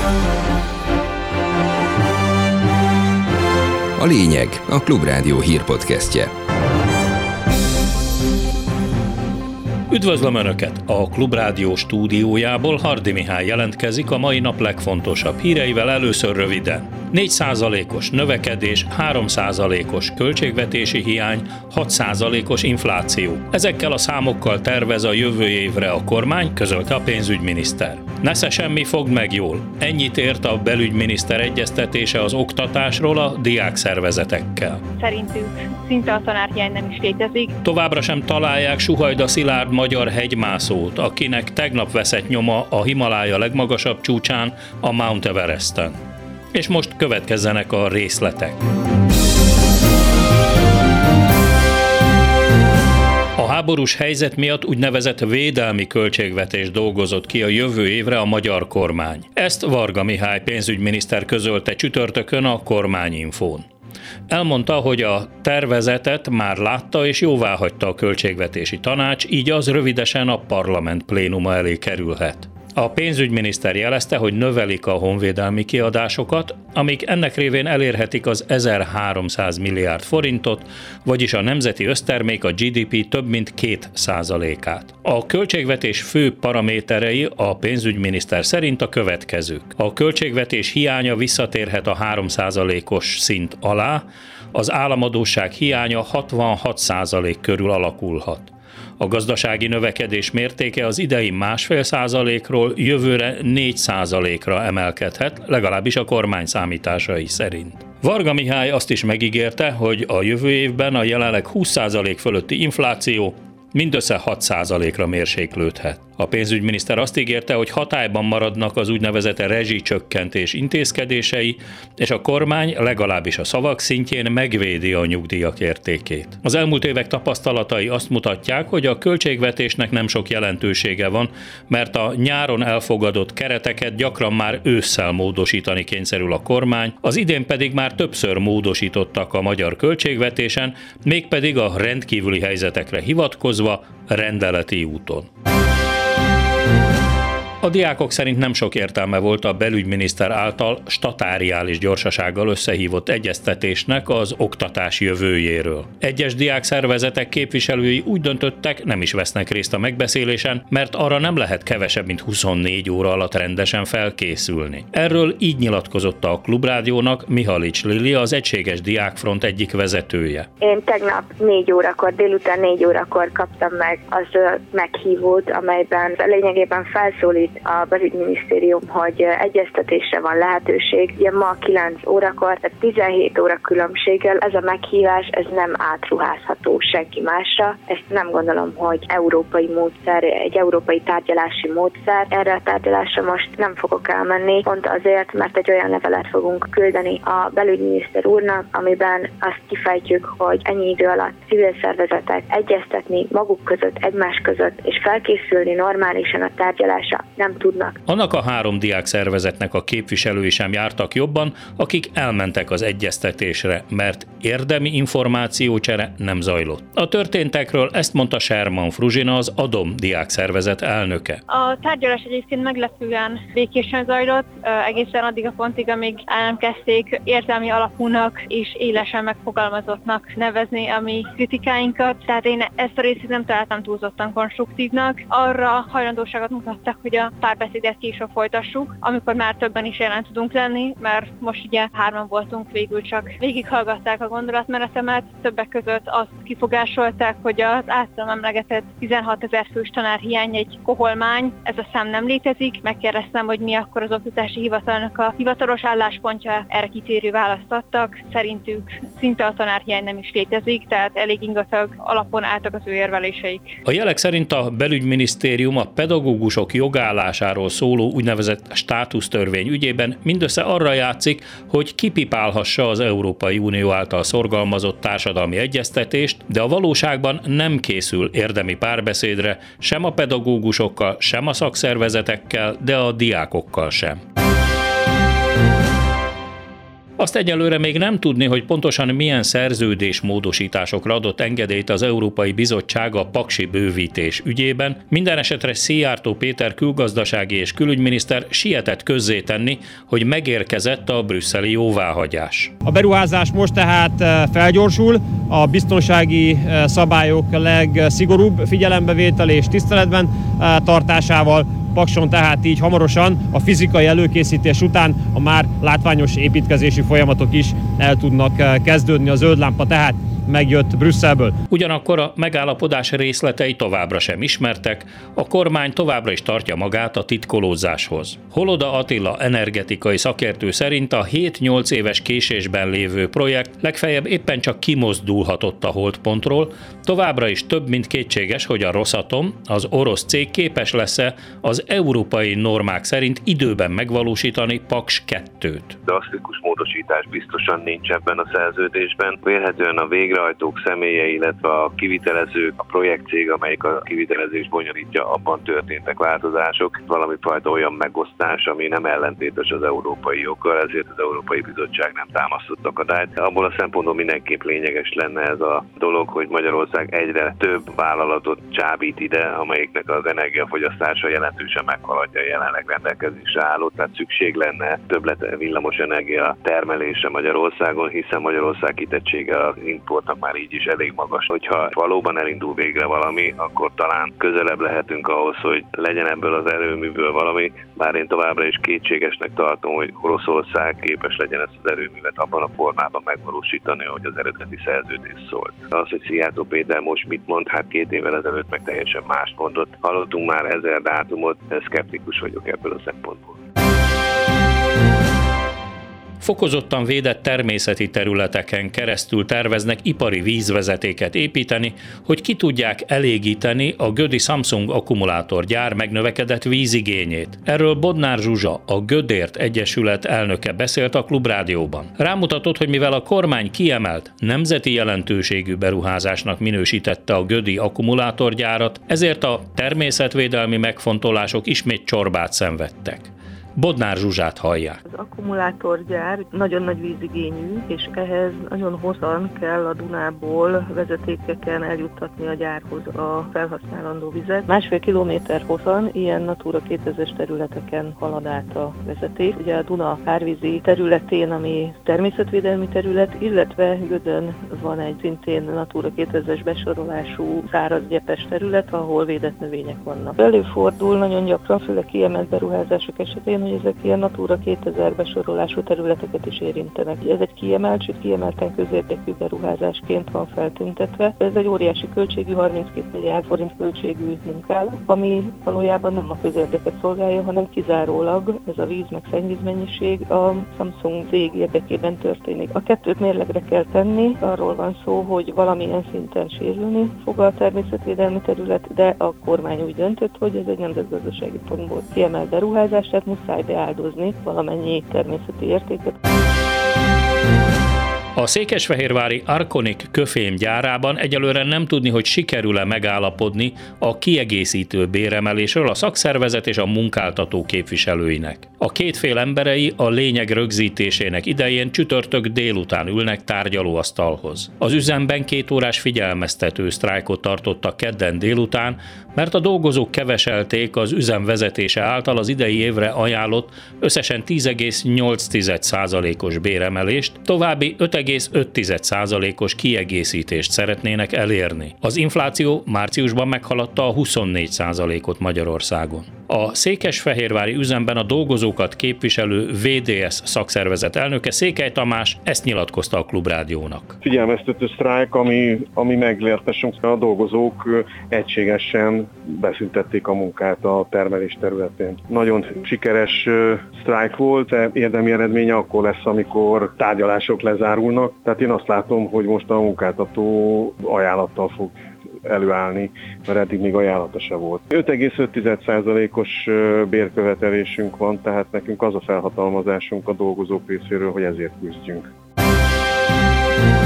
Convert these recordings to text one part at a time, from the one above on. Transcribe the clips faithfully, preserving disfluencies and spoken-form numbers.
A lényeg a Klubrádió hírpodcastje. Üdvözlöm Önöket! A Klubrádió stúdiójából Hardy Mihály jelentkezik a mai nap legfontosabb híreivel, először röviden. négy százalékos növekedés, három százalékos költségvetési hiány, hat százalékos infláció. Ezekkel a számokkal tervez a jövő évre a kormány, közölte a pénzügyminiszter. Nesze semmi, fogd meg jól. Ennyit ért a belügyminiszter egyeztetése az oktatásról a diákszervezetekkel. Szerintük szinte a tanárhiány nem is létezik. Továbbra sem találják Suhajda Szilárd magyar hegymászót, akinek tegnap veszett nyoma a Himalája legmagasabb csúcsán, a Mount Everesten. És most következzenek a részletek. A háborús helyzet miatt úgynevezett védelmi költségvetést dolgozott ki a jövő évre a magyar kormány. Ezt Varga Mihály pénzügyminiszter közölte csütörtökön a Kormányinfón. Elmondta, hogy a tervezetet már látta és jóváhagyta a költségvetési tanács, így az rövidesen a parlament plénuma elé kerülhet. A pénzügyminiszter jelezte, hogy növelik a honvédelmi kiadásokat, amik ennek révén elérhetik az ezerháromszáz milliárd forintot, vagyis a nemzeti össztermék, a gé dé pé több mint két százalékát. A költségvetés fő paraméterei a pénzügyminiszter szerint a következők. A költségvetés hiánya visszatérhet a három százalékos szint alá, az államadósság hiánya hatvanhat százalék körül alakulhat. A gazdasági növekedés mértéke az idei másfél százalékról jövőre négy százalékra emelkedhet, legalábbis a kormány számításai szerint. Varga Mihály azt is megígérte, hogy a jövő évben a jelenleg húsz százalék fölötti infláció mindössze hat százalékra mérséklődhet. A pénzügyminiszter azt ígérte, hogy hatályban maradnak az úgynevezett rezsicsökkentés intézkedései, és a kormány legalábbis a szavak szintjén megvédi a nyugdíjak értékét. Az elmúlt évek tapasztalatai azt mutatják, hogy a költségvetésnek nem sok jelentősége van, mert a nyáron elfogadott kereteket gyakran már ősszel módosítani kényszerül a kormány, az idén pedig már többször módosítottak a magyar költségvetésen, mégpedig a rendkívüli helyzetekre hivatkozva rendeleti úton. A diákok szerint nem sok értelme volt a belügyminiszter által statáriális gyorsasággal összehívott egyeztetésnek az oktatás jövőjéről. Egyes diákszervezetek képviselői úgy döntöttek, nem is vesznek részt a megbeszélésen, mert arra nem lehet kevesebb, mint huszonnégy óra alatt rendesen felkészülni. Erről így nyilatkozott a Klubrádiónak Mihalics Lili, az Egységes Diákfront egyik vezetője. Én tegnap négy órakor, délután négy órakor kaptam meg az meghívót, amelyben lényegében felszólít a belügyminisztérium, hogy egyeztetésre van lehetőség. Ugye ma kilenc órakor, tehát tizenhét óra különbséggel ez a meghívás, ez nem átruházható senki másra. Ezt nem gondolom, hogy európai módszer, egy európai tárgyalási módszer. Erre a tárgyalásra most nem fogok elmenni, pont azért, mert egy olyan levelet fogunk küldeni a belügyminiszter úrnak, amiben azt kifejtjük, hogy ennyi idő alatt civil szervezetek egyeztetni maguk között, egymás között, és felkészülni normálisan a tárgyalásra nem tudnak. Annak a három diák szervezetnek a képviselői sem jártak jobban, akik elmentek az egyeztetésre, mert érdemi információcsere nem zajlott. A történtekről ezt mondta Sherman Fruzsina, az ADOM diák szervezet elnöke. A tárgyalás egyébként meglepően békésen zajlott, egészen addig a pontig, amíg el nem kezdték érzelmi alapúnak és élesen megfogalmazottnak nevezni a mi kritikáinkat. Tehát én ezt a részét nem találtam túlzottan konstruktívnak. Arra hajlandóságot mutattak, hogy a párbeszédet később folytassuk, amikor már többen is jelen tudunk lenni, mert most ugye hárman voltunk, végül csak végighallgatták a gondolatmenetemet, többek között azt kifogásolták, hogy az általam emlegetett tizenhatezer fős tanárhiány egy koholmány, ez a szám nem létezik. Megkérdeztem, hogy mi akkor az oktatási hivatalnak a hivatalos álláspontja, erre kitérő választ adtak. Szerintük szinte a tanárhiány nem is létezik, tehát elég ingatag alapon álltak az ő érveléseik. A jelek szerint a belügyminisztérium a pedagógusok jogállásáról szóló úgynevezett státusztörvény ügyében mindössze arra játszik, hogy kipipálhassa az Európai Unió által szorgalmazott társadalmi egyeztetést, de a valóságban nem készül érdemi párbeszédre sem a pedagógusokkal, sem a szakszervezetekkel, de a diákokkal sem. Azt egyelőre még nem tudni, hogy pontosan milyen szerződésmódosításokra adott engedélyt az Európai Bizottság a paksi bővítés ügyében. Minden esetre Szijjártó Péter külgazdasági és külügyminiszter sietett közzétenni, hogy megérkezett a brüsszeli jóváhagyás. A beruházás most tehát felgyorsul, a biztonsági szabályok legszigorúbb figyelembevétel és tiszteletben tartásával. Pakson tehát így hamarosan a fizikai előkészítés után a már látványos építkezési folyamatok is el tudnak kezdődni. A zöld lámpa tehát megjött Brüsszelből. Ugyanakkor a megállapodás részletei továbbra sem ismertek, a kormány továbbra is tartja magát a titkolózáshoz. Holoda Attila energetikai szakértő szerint a hét-nyolc éves késésben lévő projekt legfeljebb éppen csak kimozdulhatott a holdpontról, továbbra is több mint kétséges, hogy a Rosatom, az orosz cég képes lesz-e az európai normák szerint időben megvalósítani Paks kettőt. Drasztikus módosítás biztosan nincs ebben a szerződésben. Vélhetően a végrehajtók személye, illetve a kivitelezők, a projektcég, amelyik a kivitelezést bonyolítja, abban történtek változások. Valami fajta olyan megosztás, ami nem ellentétes az európai joggal, ezért az Európai Bizottság nem támasztott akadályt. Abból a szempontból mindenképp lényeges lenne ez a dolog, hogy Magyarország egyre több vállalatot csábít ide, amelyiknek az energiafogyasztása jelentősen meghaladja a jelenleg rendelkezésre álló, tehát szükség lenne többlet villamos energia termelése Magyarországon, hiszen Magyarország kitettsége az importnak már így is elég magas. Hogyha valóban elindul végre valami, akkor talán közelebb lehetünk ahhoz, hogy legyen ebből az erőműből valami, bár én továbbra is kétségesnek tartom, hogy Oroszország képes legyen ezt az erőművet abban a formában megvalósítani, ahogy az eredeti szerződés szólt. Az, hogy Szijjártó Péter most mit mond, hát két évvel ezelőtt meg teljesen mást mondott. Hallottunk már ezer dátumot, szkeptikus vagyok ebből a szempontból. Fokozottan védett természeti területeken keresztül terveznek ipari vízvezetéket építeni, hogy ki tudják elégíteni a gödi Samsung akkumulátorgyár megnövekedett vízigényét. Erről Bodnár Zsuzsa, a Gödért Egyesület elnöke beszélt a Klubrádióban. Rámutatott, hogy mivel a kormány kiemelt, nemzeti jelentőségű beruházásnak minősítette a gödi akkumulátorgyárat, ezért a természetvédelmi megfontolások ismét csorbát szenvedtek. Bodnár Zsuzsát hallják. Az akkumulátorgyár nagyon nagy vízigényű, és ehhez nagyon hosszan kell a Dunából vezetékeken eljuttatni a gyárhoz a felhasználandó vizet. Másfél kilométer hosszan ilyen Natura kétezres területeken halad át a vezeték. Ugye a Duna árvízi területén, ami természetvédelmi terület, illetve Gödön van egy szintén Natura kétezres besorolású szárazgyepes terület, ahol védett növények vannak. Előfordul nagyon gyakran, főleg kiemelt beruházások esetén, hogy ezek ilyen Natura kétezer besorolású területeket is érintenek. Ez egy kiemelt, sőt kiemelten közérdekű beruházásként van feltüntetve. Ez egy óriási költségű, harminckét milliárd forint költségű munkálat, ami valójában nem a közérdeket szolgálja, hanem kizárólag ez a víz meg szennyvízmennyiség a Samsung cég érdekében történik. A kettőt mérlegre kell tenni, arról van szó, hogy valamilyen szinten sérülni fog a természetvédelmi terület, de a kormány úgy döntött, hogy ez egy nemzetgazdasági pontból kiemelt beruházás, tehát muszáj beáldozni valamennyi természeti értéket. A székesfehérvári Arconic köfém gyárában egyelőre nem tudni, hogy sikerül-e megállapodni a kiegészítő béremelésről a szakszervezet és a munkáltató képviselőinek. A két fél emberei a lényeg rögzítésének idején csütörtök délután ülnek tárgyalóasztalhoz. Az üzemben két órás figyelmeztető sztrájkot tartottak kedden délután, mert a dolgozók keveselték az üzem vezetése által az idei évre ajánlott összesen tíz egész nyolc százalékos béremelést, további öt egész öt százalékos kiegészítést szeretnének elérni. Az infláció márciusban meghaladta a huszonnégy százalékot Magyarországon. A székesfehérvári üzemben a dolgozókat képviselő vé dé es szakszervezet elnöke Székely Tamás ezt nyilatkozta a Klubrádiónak. Figyelmeztető sztrájk, ami, ami meglehetősen a dolgozók egységesen beszüntették a munkát a termelés területén. Nagyon sikeres sztrájk volt, de érdemi eredménye akkor lesz, amikor tárgyalások lezárulnak. Tehát én azt látom, hogy most a munkáltató ajánlattal fog előállni, mert eddig még ajánlata se volt. öt egész öt százalékos bérkövetelésünk van, tehát nekünk az a felhatalmazásunk a dolgozók részéről, hogy ezért küzdjünk.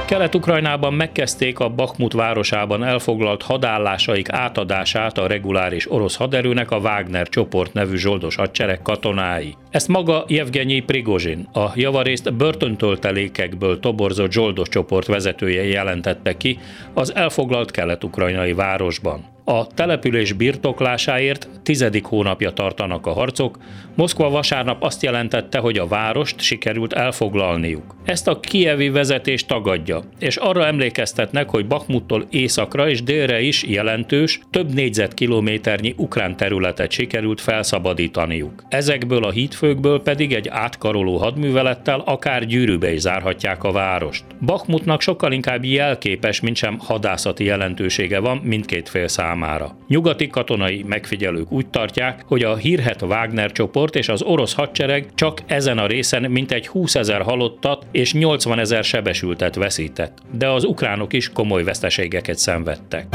Kelet-Ukrajnában megkezdték a Bakhmut városában elfoglalt hadállásaik átadását a reguláris orosz haderőnek a Wagner csoport nevű zsoldos hadsereg katonái. Ezt maga Jevgenyi Prigozsin, a javarészt börtöntöltelékekből toborzott zsoldos csoport vezetője jelentette ki az elfoglalt kelet-ukrajnai városban. A település birtoklásáért tizedik hónapja tartanak a harcok, Moszkva vasárnap azt jelentette, hogy a várost sikerült elfoglalniuk. Ezt a kijevi vezetés tagadja, és arra emlékeztetnek, hogy Bakhmuttól északra és délre is jelentős, több négyzetkilométernyi ukrán területet sikerült felszabadítaniuk. Ezekből a hídfőkből pedig egy átkaroló hadművelettel akár gyűrűbe is zárhatják a várost. Bakhmutnak sokkal inkább jelképes, mint sem hadászati jelentősége van mindkét fél számára. Nyugati katonai megfigyelők úgy tartják, hogy a hírhedt Wagner csoport és az orosz hadsereg csak ezen a részen mintegy húszezer halottat és nyolcvanezer sebesültet veszített, de az ukránok is komoly veszteségeket szenvedtek.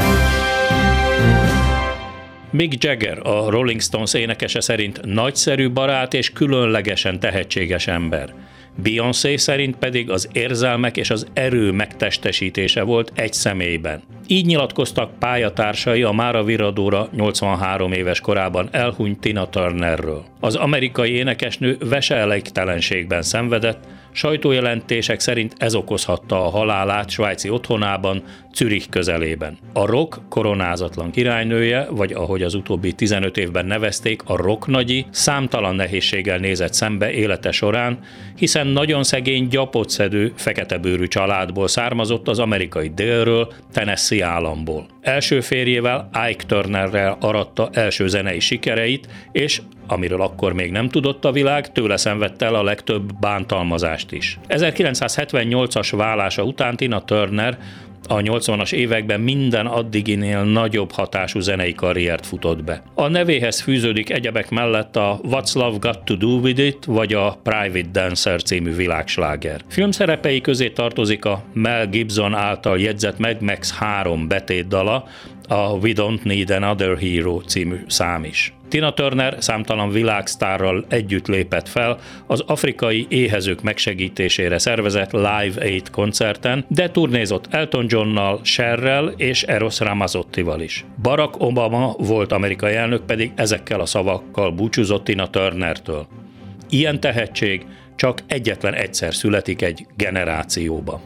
Mick Jagger, a Rolling Stones énekese szerint nagyszerű barát és különlegesen tehetséges ember. Beyoncé szerint pedig az érzelmek és az erő megtestesítése volt egy személyben. Így nyilatkoztak pályatársai a mára viradóra nyolcvanhárom éves korában elhunyt Tina Turnerről. Az amerikai énekesnő veseelégtelenségben szenvedett, sajtójelentések szerint ez okozhatta a halálát svájci otthonában, Zürich közelében. A rock koronázatlan királynője, vagy ahogy az utóbbi tizenöt évben nevezték, a rocknagyi számtalan nehézséggel nézett szembe élete során, hiszen nagyon szegény, gyapotszedő, feketebőrű családból származott az amerikai délről, Tennessee államból. Első férjével, Ike Turnerrel aratta első zenei sikereit, és amiről akkor még nem tudott a világ, tőle szenvedte el a legtöbb bántalmazást is. ezerkilencszázhetvennyolcas válása után Tina Turner a nyolcvanas években minden addiginél nagyobb hatású zenei karriert futott be. A nevéhez fűződik egyebek mellett a What's Love Got to Do With It vagy a Private Dancer című világsláger. Filmszerepei közé tartozik a Mel Gibson által jegyzett Mad Max három betétdala, a We Don't Need Another Hero című szám is. Tina Turner számtalan világsztárral együtt lépett fel az afrikai éhezők megsegítésére szervezett Live Aid koncerten, de turnézott Elton Johnnal, Cherrel és Eros Ramazottival is. Barack Obama volt amerikai elnök pedig ezekkel a szavakkal búcsúzott Tina Turnertől. Ilyen tehetség csak egyetlen egyszer születik egy generációba.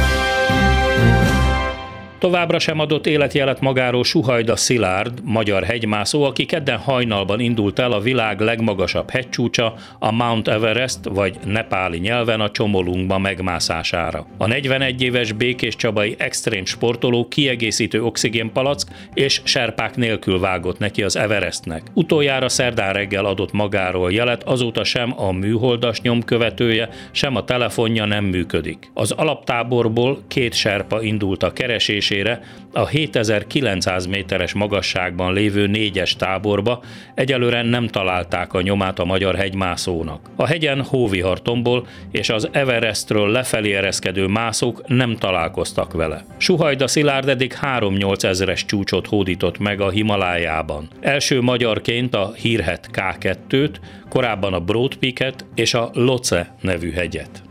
Továbbra sem adott életjelet magáról Suhajda Szilárd, magyar hegymászó, aki kedden hajnalban indult el a világ legmagasabb hegycsúcsa, a Mount Everest, vagy nepáli nyelven a Csomolungma megmászására. A negyvenegy éves békéscsabai extrém sportoló kiegészítő oxigénpalack és serpák nélkül vágott neki az Everestnek. Utoljára szerdán reggel adott magáról jelet, azóta sem a műholdas nyomkövetője, sem a telefonja nem működik. Az alaptáborból két serpa indult a keresés a hétezer-kilencszáz méteres magasságban lévő négyes táborba, egyelőre nem találták a nyomát a magyar hegymászónak. A hegyen hóvihar tombol, és az Everestről lefelé ereszkedő mászók nem találkoztak vele. Suhajda Szilárd eddig három-nyolc ezres csúcsot hódított meg a Himalájában. Első magyarként a hírhedt ká kettőt, korábban a Broad Peaket és a Lhotse nevű hegyet.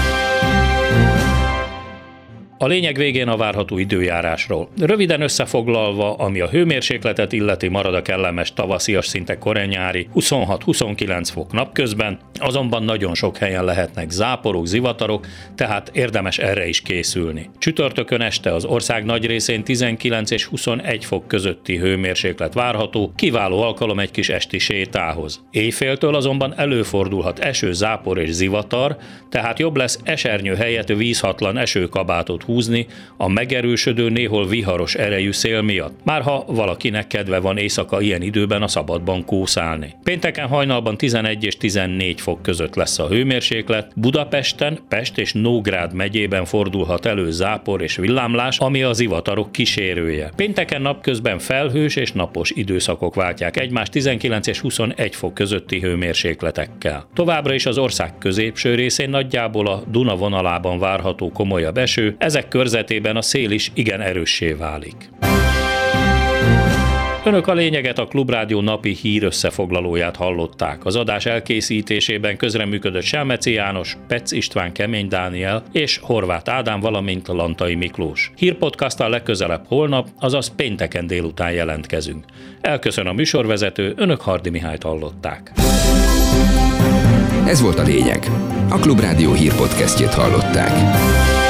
A lényeg végén a várható időjárásról. Röviden összefoglalva, ami a hőmérsékletet illeti, marad a kellemes tavaszias, szinte korenyári huszonhat-huszonkilenc fok napközben, azonban nagyon sok helyen lehetnek záporok, zivatarok, tehát érdemes erre is készülni. Csütörtökön este az ország nagy részén tizenkilenc és huszonegy fok közötti hőmérséklet várható, kiváló alkalom egy kis esti sétához. Éjféltől azonban előfordulhat eső, zápor és zivatar, tehát jobb lesz esernyő helyett vízhatlan esőkabátot húzni a megerősödő, néhol viharos erejű szél miatt. Márha valakinek kedve van éjszaka ilyen időben a szabadban kószálni. Pénteken hajnalban tizenegy és tizennégy fok között lesz a hőmérséklet, Budapesten, Pest és Nógrád megyében fordulhat elő zápor és villámlás, ami a zivatarok kísérője. Pénteken napközben felhős és napos időszakok váltják egymást tizenkilenc és huszonegy fok közötti hőmérsékletekkel. Továbbra is az ország középső részén nagyjából a Duna vonalában várható komolyabb eső, ezek körzetében a szél is igen erőssé válik. Önök a lényeget, a Klubrádió napi hír összefoglalóját hallották. Az adás elkészítésében közreműködött Selmeci János, Pec István, Kemény Dániel és Horváth Ádám, valamint Lantai Miklós. Hírpodcasttal legközelebb holnap, azaz pénteken délután jelentkezünk. Elköszön a műsorvezető, Önök Hardy Mihályt hallották. Ez volt a lényeg. A Klubrádió hírpodcastjét hallották.